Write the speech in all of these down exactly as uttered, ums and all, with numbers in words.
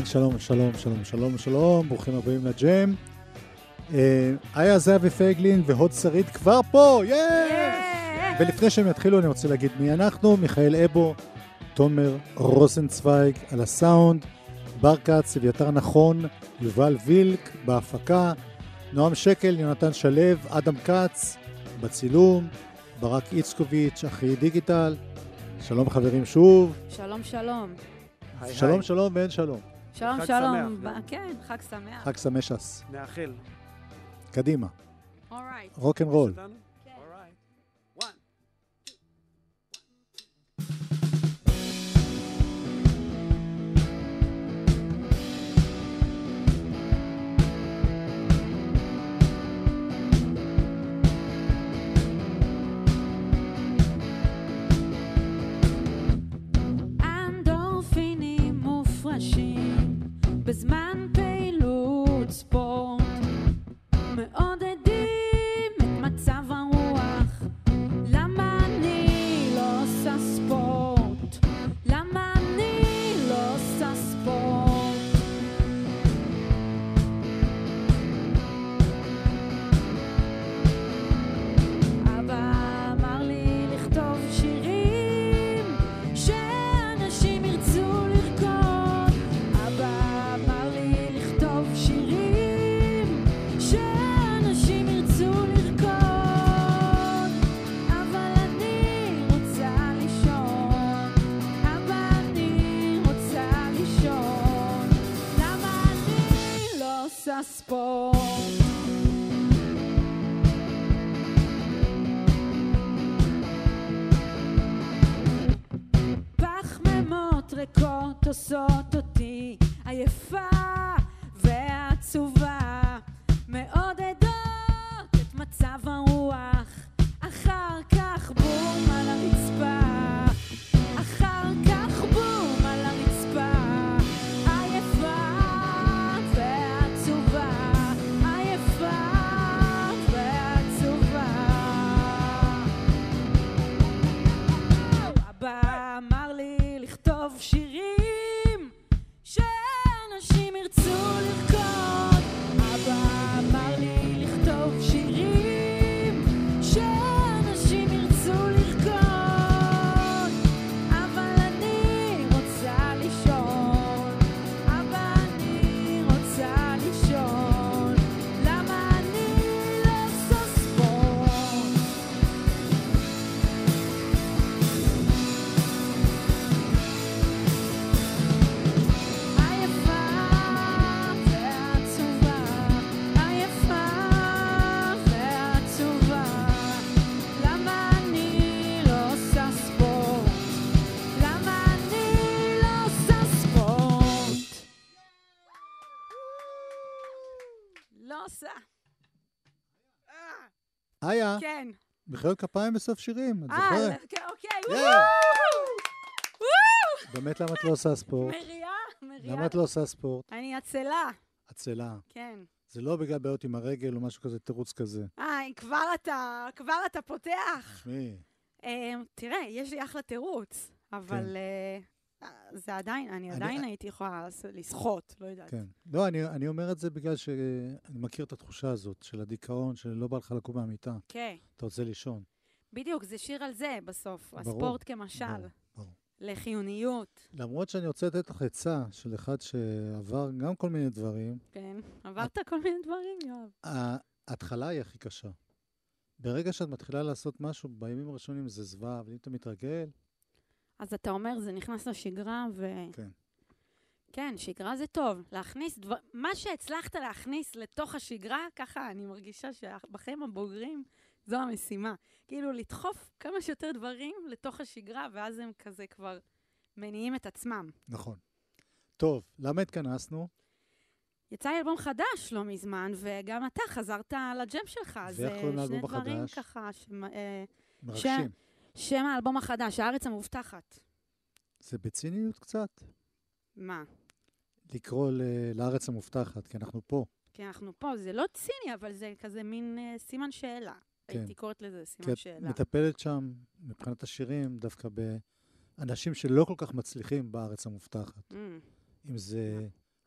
שלום, שלום, שלום, שלום, שלום, ברוכים הבאים לג'ם. היה זהבי פייגלין והוד שריד כבר פה, יאיי! ולפני שהם יתחילו אני רוצה להגיד מי אנחנו, מיכאל אבו, תומר רוזנצוויג על הסאונד, בר קץ, אביתר נכון, יובל וילק בהפקה, נועם שקל, יונתן שלב, אדם קץ בצילום, ברק איצקוביץ', אחי דיגיטל. שלום חברים שוב. שלום שלום. היי, שלום היי. שלום ואין שלום. שלום חג שלום. שמח. ב- כן, חג שמח. חג סמשס. נאחל. קדימה. אורייט. רוק אנד רול. יש אותנו? כן. Alright. One. אנדורפינים מופרשים בזמן פעילות ספורט מעודדים את מצב הרוח. למה אני לא עושה ספורט? למה אני לא עושה ספורט? אבא אמר לי לכתוב שירים שאנשים ירצו לרקוד. אבא אמר לי לכתוב שירים שאנשים ירצו לרקוד. אבל אני רוצה לישון. אבא אני רוצה לישון. למה אני לא עושה ספורט? פחמימות ריקות עושות אותי עייפה ועצובה, מעודדות את מצב הרוח. אחר כך בום על הרצפה, אחר כך בום על הרצפה, עייפה ועצובה, עייפה ועצובה. אבא אמר לי לכתוב שירים שאנשים ירצו לרקוד. אבא אמר לי לכתוב שירים שאנשים ירצו לרקוד. אבל אני רוצה לישון. אבא אני רוצה לישון. למה אני לא עושה ספורט? עייפה ועצובה, עייפה ועצובה. למה אני לא עושה ספורט? למה אני לא עושה ספורט? לא עושה. היה, כן. מחיאות כפיים בסוף שירים, את אה, זוכרת? כן, אוקיי. Yeah. וואו! וואו! באמת למה את לא עושה ספורט? מריעה, מריעה. למה את לא עושה ספורט? אני עצלה. עצלה. כן. זה לא בגלל בעיות עם הרגל או משהו כזה, תירוץ כזה. אה, כבר אתה, כבר אתה פותח. תשמעי, אה, תראה, יש לי אחלה תירוץ, אבל אה, זה עדיין, אני אני- עדיין הייתי יכולה לעשות- לשחות, לא יודעת. כן. לא, אני, אני אומר את זה בגלל שאני מכיר את התחושה הזאת של הדיכאון, שלא בא לך לקום מהמיטה. כן, אתה רוצה לישון. בדיוק, זה שיר על זה בסוף. ברור, הספורט כמשל, ברור, ברור. לחיוניות. למרות שאני רוצה לתת לך עצה של אחד שעבר גם כל מיני דברים, כן, עברת כל מיני דברים, יואב. ההתחלה היא הכי קשה. ברגע שאת מתחילה לעשות משהו, בימים הראשונים זה זוועה, אבל אם אתה מתרגל, אז אתה אומר, זה נכנס לשגרה, ו... כן. כן, שגרה זה טוב. להכניס דבר... מה שהצלחת להכניס לתוך השגרה, ככה אני מרגישה שבחיים הבוגרים זו המשימה. כאילו, לדחוף כמה שיותר דברים לתוך השגרה, ואז הם כזה כבר מניעים את עצמם. נכון. טוב, למה התכנסנו? יצא לי אלבום חדש לא מזמן, וגם אתה חזרת לג'ם שלך. אז ואיך קוראים אה, שני לאלבום דברים החדש? ככה, שמ... אה, מרגשים. שם האלבום החדש, הארץ המובטחת. זה בציניות קצת? מה? לקרוא ל- לארץ המובטחת, כי אנחנו פה. כי אנחנו פה, זה לא ציני, אבל זה כזה מין אה, סימן שאלה. כן. הייתי קוראת לזה כי סימן את שאלה. מטפלת שם, מבחינת השירים, דווקא באנשים שלא כל כך מצליחים בארץ המובטחת. Mm, אם זה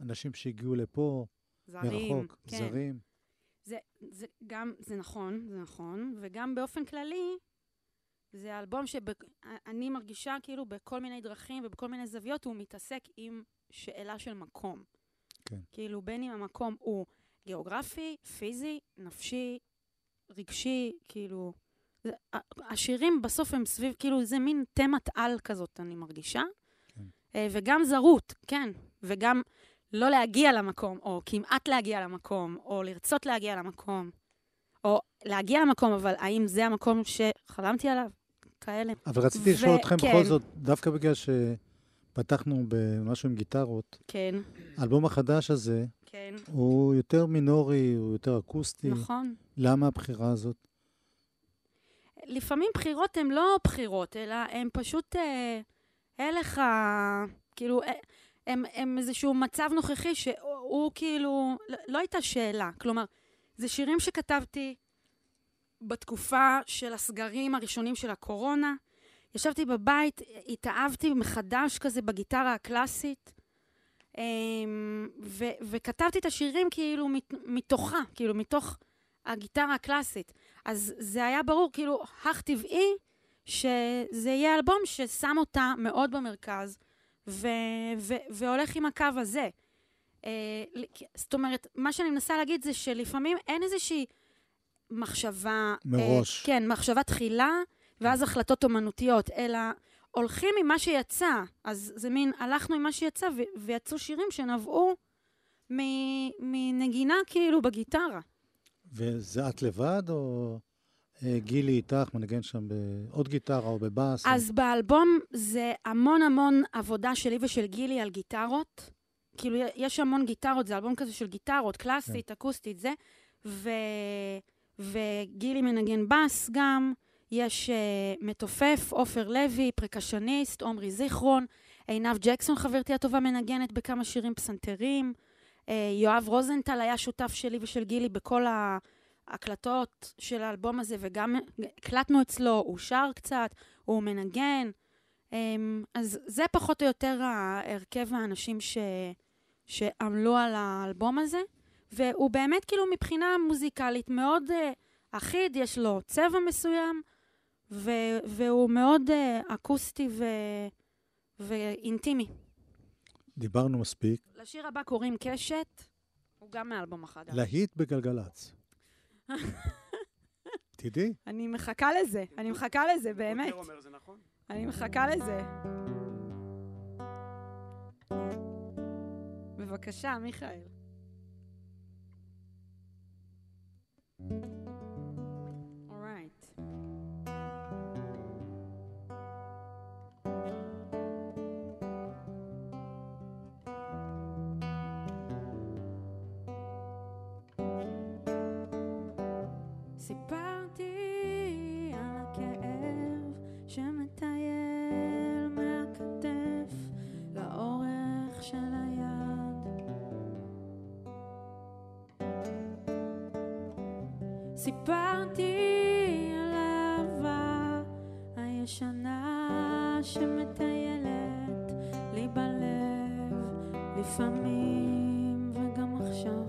אנשים שהגיעו לפה, זרים, מרחוק, כן. זרים. זה, זה גם, זה נכון, זה נכון, וגם באופן כללי, זה אלבום שאני מרגישה כאילו בכל מיני דרכים ובכל מיני זוויות, הוא מתעסק עם שאלה של מקום. כן. כאילו בין אם המקום הוא גיאוגרפי, פיזי, נפשי, רגשי, כאילו... זה, השירים בסוף הם סביב, כאילו זה מין תמת על כזאת, אני מרגישה. כן. וגם זרות, כן. וגם לא להגיע למקום, או כמעט להגיע למקום, או לרצות להגיע למקום, או להגיע למקום, אבל האם זה המקום שחלמתי עליו? כאלה. אבל רציתי ו- לשאול אתכם כן. בכל זאת, דווקא בגלל שפתחנו במשהו עם גיטרות, כן. האלבום החדש הזה, כן. הוא יותר מינורי, הוא יותר אקוסטי. נכון. למה הבחירה הזאת? לפעמים בחירות הן לא בחירות, אלא הן פשוט אה, הלך ה... כאילו, אה, הם, הם איזשהו מצב נוכחי שהוא כאילו... לא, לא הייתה שאלה. כלומר, זה שירים שכתבתי בתקופה של הסגרים הראשונים של הקורונה. ישבתי בבית, התאהבתי מחדש כזה בגיטרה הקלאסית, ו- וכתבתי את השירים כאילו מת- מתוכה, כאילו מתוך הגיטרה הקלאסית. אז זה היה ברור, כאילו, אך טבעי, שזה יהיה אלבום ששם אותה מאוד במרכז, ו- ו- והולך עם הקו הזה. זאת אומרת, מה שאני מנסה להגיד זה שלפעמים אין איזושהי מחשבה... מראש. כן, מחשבה תחילה, ואז החלטות אומנותיות, אלא הולכים עם מה שיצא. אז זה מין, הלכנו עם מה שיצא, ו- ויצאו שירים שנבעו מ- מנגינה כאילו בגיטרה. וזה את לבד, או אה, גילי איתך, מנגן שם בעוד גיטרה או בבאס? אז או... באלבום זה המון המון עבודה שלי ושל גילי על גיטרות. כאילו, יש המון גיטרות, זה אלבום כזה של גיטרות, קלאסית, כן. אקוסטית, זה. ו... וגילי מנגן בס גם. יש uh, מתופף, אופר לוי, פרקשניסט, עומרי זיכרון, עינב ג'קסון, חברתי הטובה, מנגנת בכמה שירים פסנתרים. Uh, יואב רוזנטל היה שותף שלי ושל גילי בכל ההקלטות של האלבום הזה, וגם הקלטנו אצלו, הוא שר קצת, הוא מנגן. Um, אז זה פחות או יותר ההרכב האנשים ש... שעמלו על האלבום הזה, והוא באמת כאילו מבחינה מוזיקלית מאוד uh, אחיד, יש לו צבע מסוים, ו- והוא מאוד uh, אקוסטי ו- ואינטימי. דיברנו מספיק. לשיר הבא קוראים קשת, הוא גם מאלבום החדש. להיט בגלגלץ. תדעי? אני מחכה לזה, אני מחכה לזה, באמת. אומר, זה נכון? אני מחכה לזה. בבקשה, מיכאל. סיפרתי על הכאב שמטייל מהכתף לאורך של היד. סיפרתי על האהבה הישנה שמטיילת לי בלב לפעמים וגם עכשיו.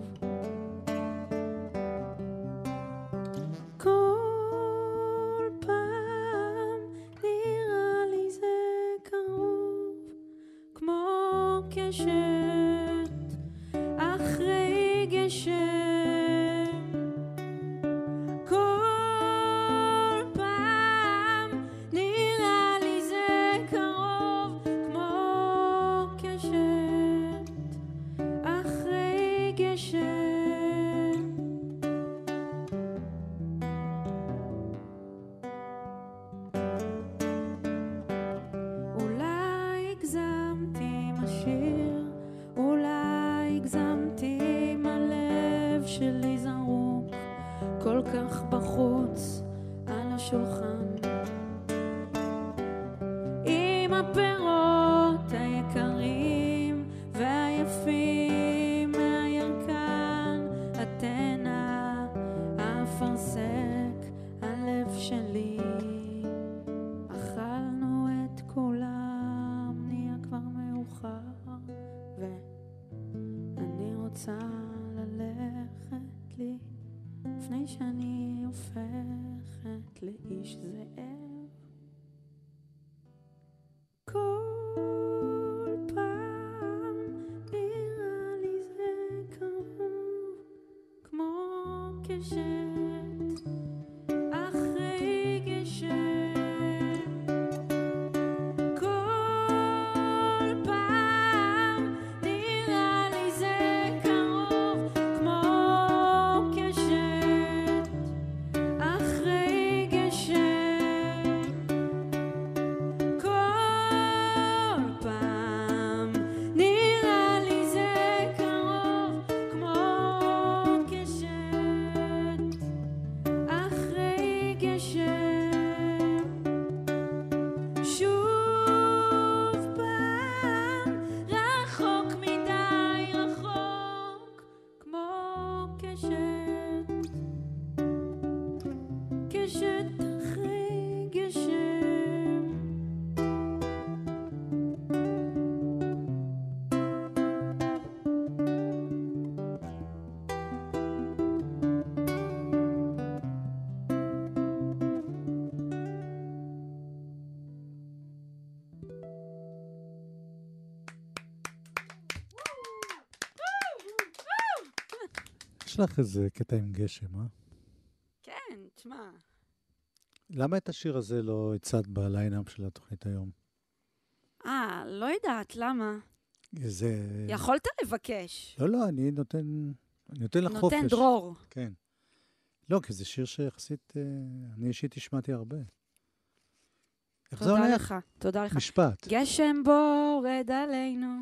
לי לפני שאני הופכת לאיש זאב. כל פעם נראה לי זה קרוב כמו קשת אחרי גשם. יש לך איזה קטע עם גשם, אה? כן, תשמע. למה את השיר הזה לא הצעת בליינאפ של התוכנית היום? אה, לא יודעת, למה? זה... יכולת לבקש. לא, לא, אני נותן... אני נותן לך חופש. נותן דרור. כן. לא, כי זה שיר שיחסית... אני אישית השמעתי הרבה. איך זה הולך? תודה לך, תודה לך. משפט. גשם בורד עלינו.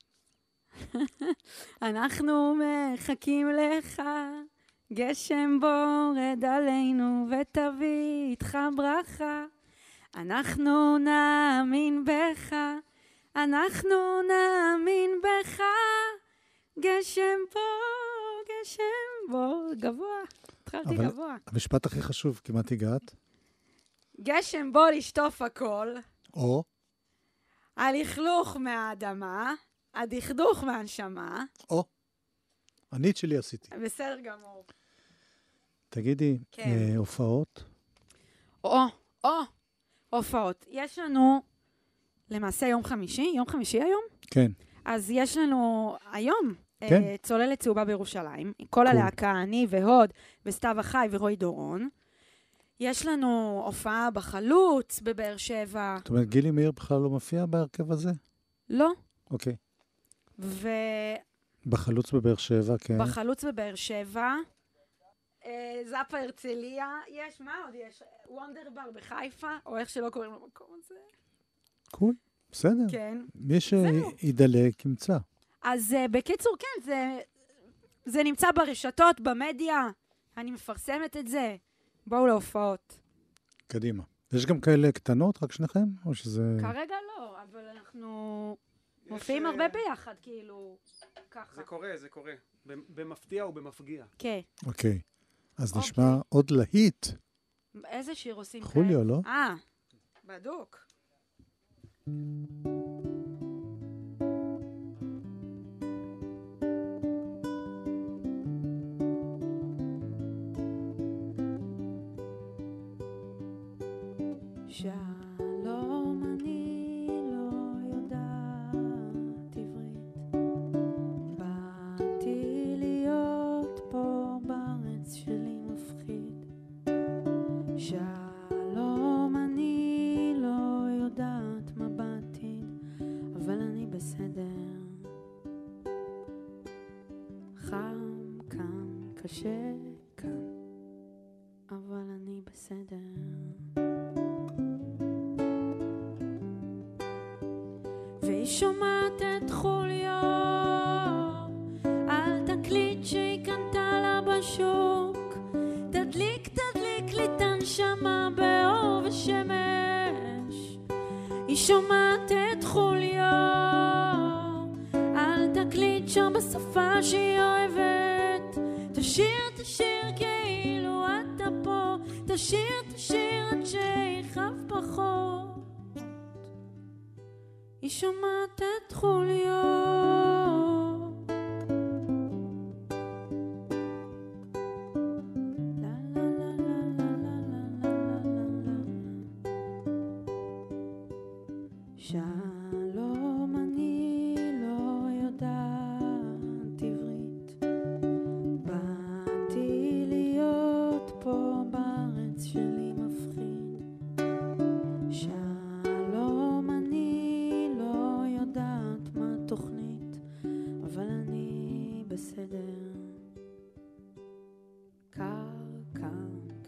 אנחנו מחכים לך. גשם בורד עלינו ותביא איתך ברכה. אנחנו נאמין בך. אנחנו נאמין בך. גשם פה, גשם בו. גבוה. התחלתי גבוה. המשפט הכי חשוב, כמעט הגעת. גשם בו לשטוף הכל. או? הלכלוך מהאדמה. הדכדוך מהנשמה. או. אני את שלי עשיתי. בסדר גמור. תגידי, כן. אה, הופעות? או, או, הופעות. יש לנו, למעשה יום חמישי, יום חמישי היום? כן. אז יש לנו היום, כן. אה, צוללת צהובה בירושלים, כל הלהקה, אני והוד, וסתיו החי ורוי דורון. יש לנו הופעה בחלוץ, בבאר שבע. זאת אומרת, גילי מאיר בכלל לא מופיע בהרכב הזה? לא. אוקיי. ו... בחלוץ בבאר שבע, כן. בחלוץ בבאר שבע. אה, זאפה הרצליה. יש, מה עוד יש? וונדר בר בחיפה, או איך שלא קוראים למקום הזה. קול, בסדר. כן. מי שידלק, ימצא. אז uh, בקיצור, כן, זה, זה נמצא ברשתות, במדיה. אני מפרסמת את זה. בואו להופעות. קדימה. יש גם כאלה קטנות, רק שניכם? או שזה... כרגע לא, אבל אנחנו מופיעים הרבה ביחד, כאילו, ככה. זה קורה, זה קורה. במפתיע ובמפגיע. כן. אוקיי. אז נשמע עוד להיט. איזה שיר עושים כאלה? חוליו, לא? אה, בדוק. שלום, אני לא יודעת עברית. באתי להיות פה בארץ שלי מפחיד. שלום, אני לא יודעת מה בעתיד, אבל אני בסדר. חם כאן, קשה כאן, אבל אני בסדר. והיא שומעת את חוליו על תקליט שהיא קנתה לה בשוק. תדליק, תדליק לי את הנשמה באור ושמש. היא שומעת את חוליו על תקליט שם בשפה שהיא אוהבת. תשיר, תשיר כאילו אתה פה. תשיר, תשיר עד שיכאב פחות. היא שומעת את חוליו.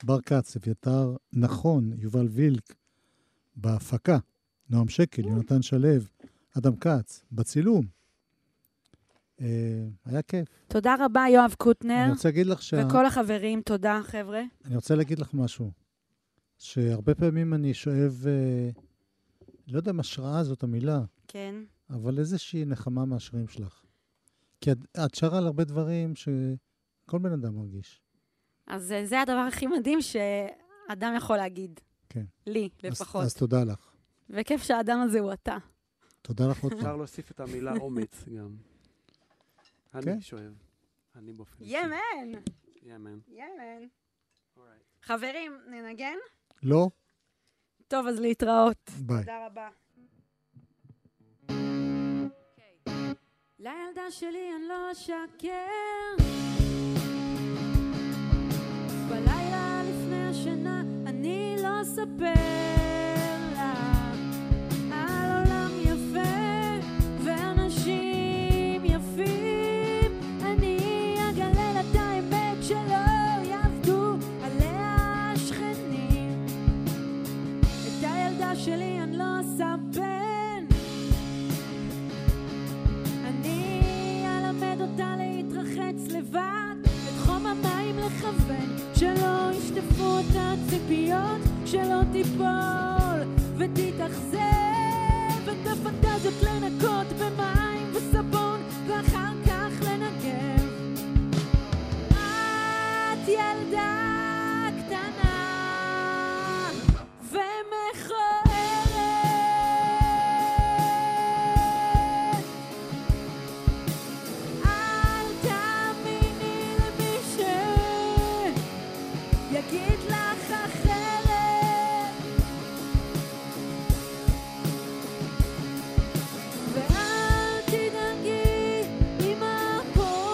בר כץ, אביתר נכון, יובל וילק, בהפקה, נועם שקל, יונתן שלב, אדם כץ, בצילום. אה, היה כיף. תודה רבה, יואב קוטנר. אני רוצה להגיד לך שה... וכל החברים, תודה, חבר'ה. אני רוצה להגיד לך משהו, שהרבה פעמים אני שואב, אה, לא יודע אם השראה זאת המילה, כן. אבל איזושהי נחמה מהשירים שלך. כי את, את שרה על הרבה דברים שכל בן אדם מרגיש. אז אה, זה הדבר הכי מדהים שאדם יכול להגיד. כן. לי, לפחות. אז, אז תודה לך. וכיף שהאדם הזה הוא אתה. תודה לך עוד אפשר פעם. להוסיף את המילה אומץ גם. כן. אני שואב. אני באופן אישי. ימן! ימן. ימן. Alright. חברים, ננגן? לא? טוב, אז להתראות. ביי. תודה רבה. לילדה שלי אני לא אשקר, בלילה לפני השינה אני לא אספר לה על עולם יפה ואנשים יפים. אני אגלה לה את האמת שלא יעבדו עליה השכנים. את הילדה שלי אני לא אספר, אותה להתרחץ לבד, את חום המים לכוון, שלא ישטפו אותה ציפיות, שלא תיפול ותתאכזב, את הפנטזיות לנקות במים וסבון ואחר כך לנגב. את ילדה קטנה ומכוערת, יגיד לך אחרת, ואל תדאגי, אמא פה.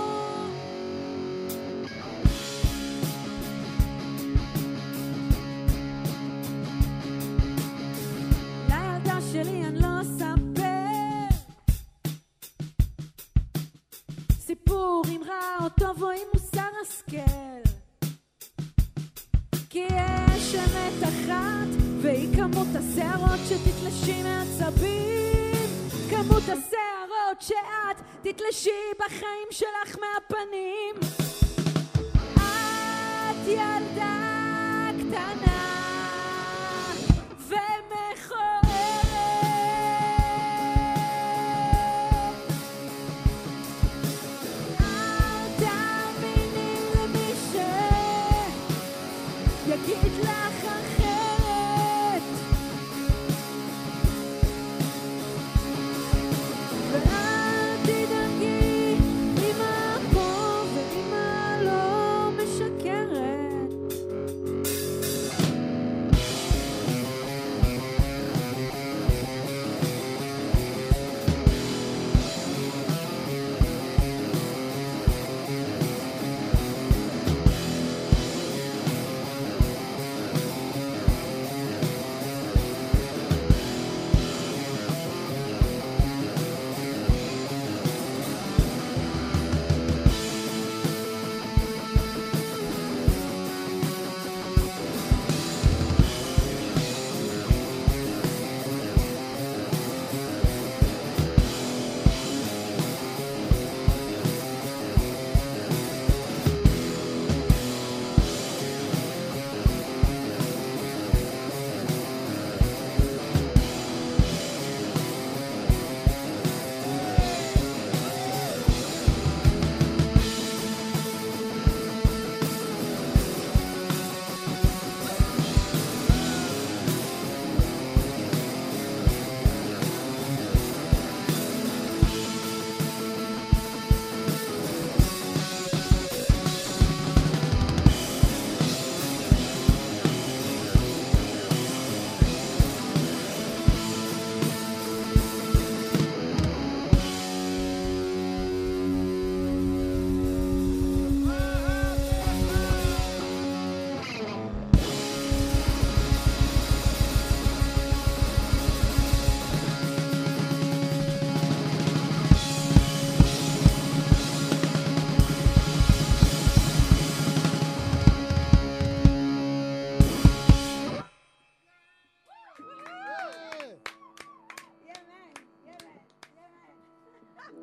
לילדה שלי אני לא אספר סיפור עם רע או טוב או עם מוסר השכל, כי יש אמת אחת, והיא כמות השערות שתתלשי מעצבים, כמות השערות שאת תתלשי בחיים שלך מהפנים. את ילדה קטנה ומכוערת, אל תאמיני למי ש... יגיד לך אחרת, ואל תדאגי, אמא פה ואמא לא משקרת.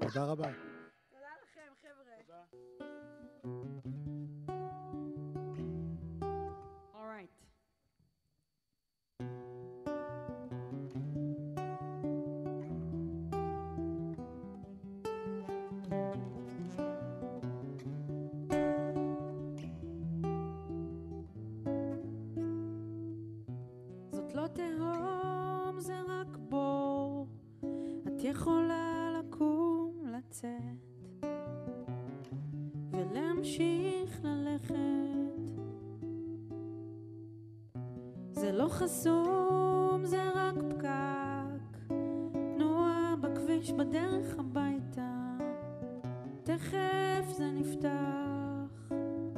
תודה רבה. תודה לכם, חבר'ה. תודה. All right. זאת לא תהום, זה רק בור. את יכולה לקום, לצאת ולהמשיך ללכת. זה לא חסום, זה רק פקק. תנועה בכביש בדרך הביתה, תכף זה נפתח.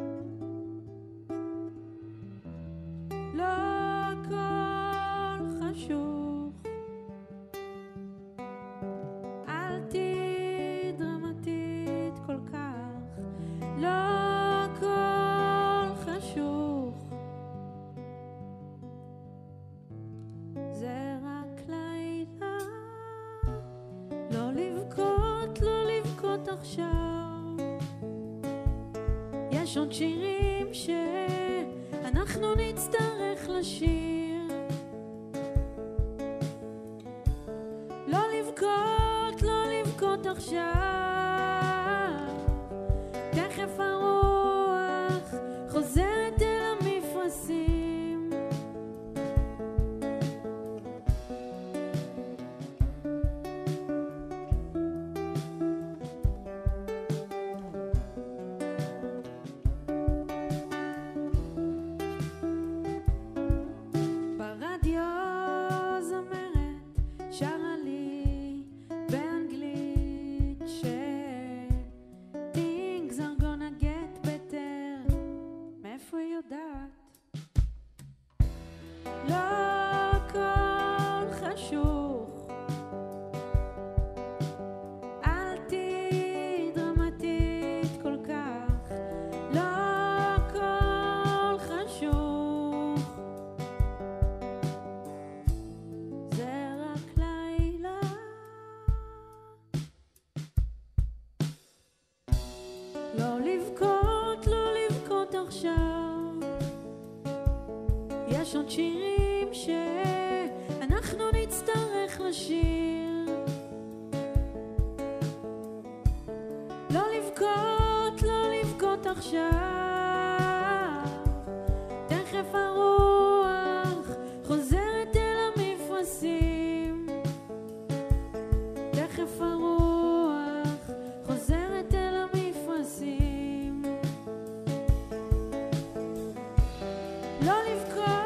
לא הכל חשוך, אל תהי דרמטית כל כך. לא הכל חשוך, זה רק לילה. לא לבכות, לא לבכות עכשיו. יש עוד שירים שאנחנו נצטרך לשיר. לא לבכות, לא לבכות עכשיו. תכף הרוח חוזרת אל המפרשים. ברדיו זמרת שרה לי באנגלית ש things are gonna get better. מאיפה היא יודעת? לא הכל חשוך, אל תהי דרמטית כל כך. לא הכל חשוך, זה רק לילה. לא לבכות, לא לבכות עכשיו. יש עוד שירים שאנחנו נצטרך לשיר. לא לבכות, לא לבכות עכשיו. תכף הרוח חוזרת אל המפרשים. תכף הרוח חוזרת אל המפרשים. לא לבכות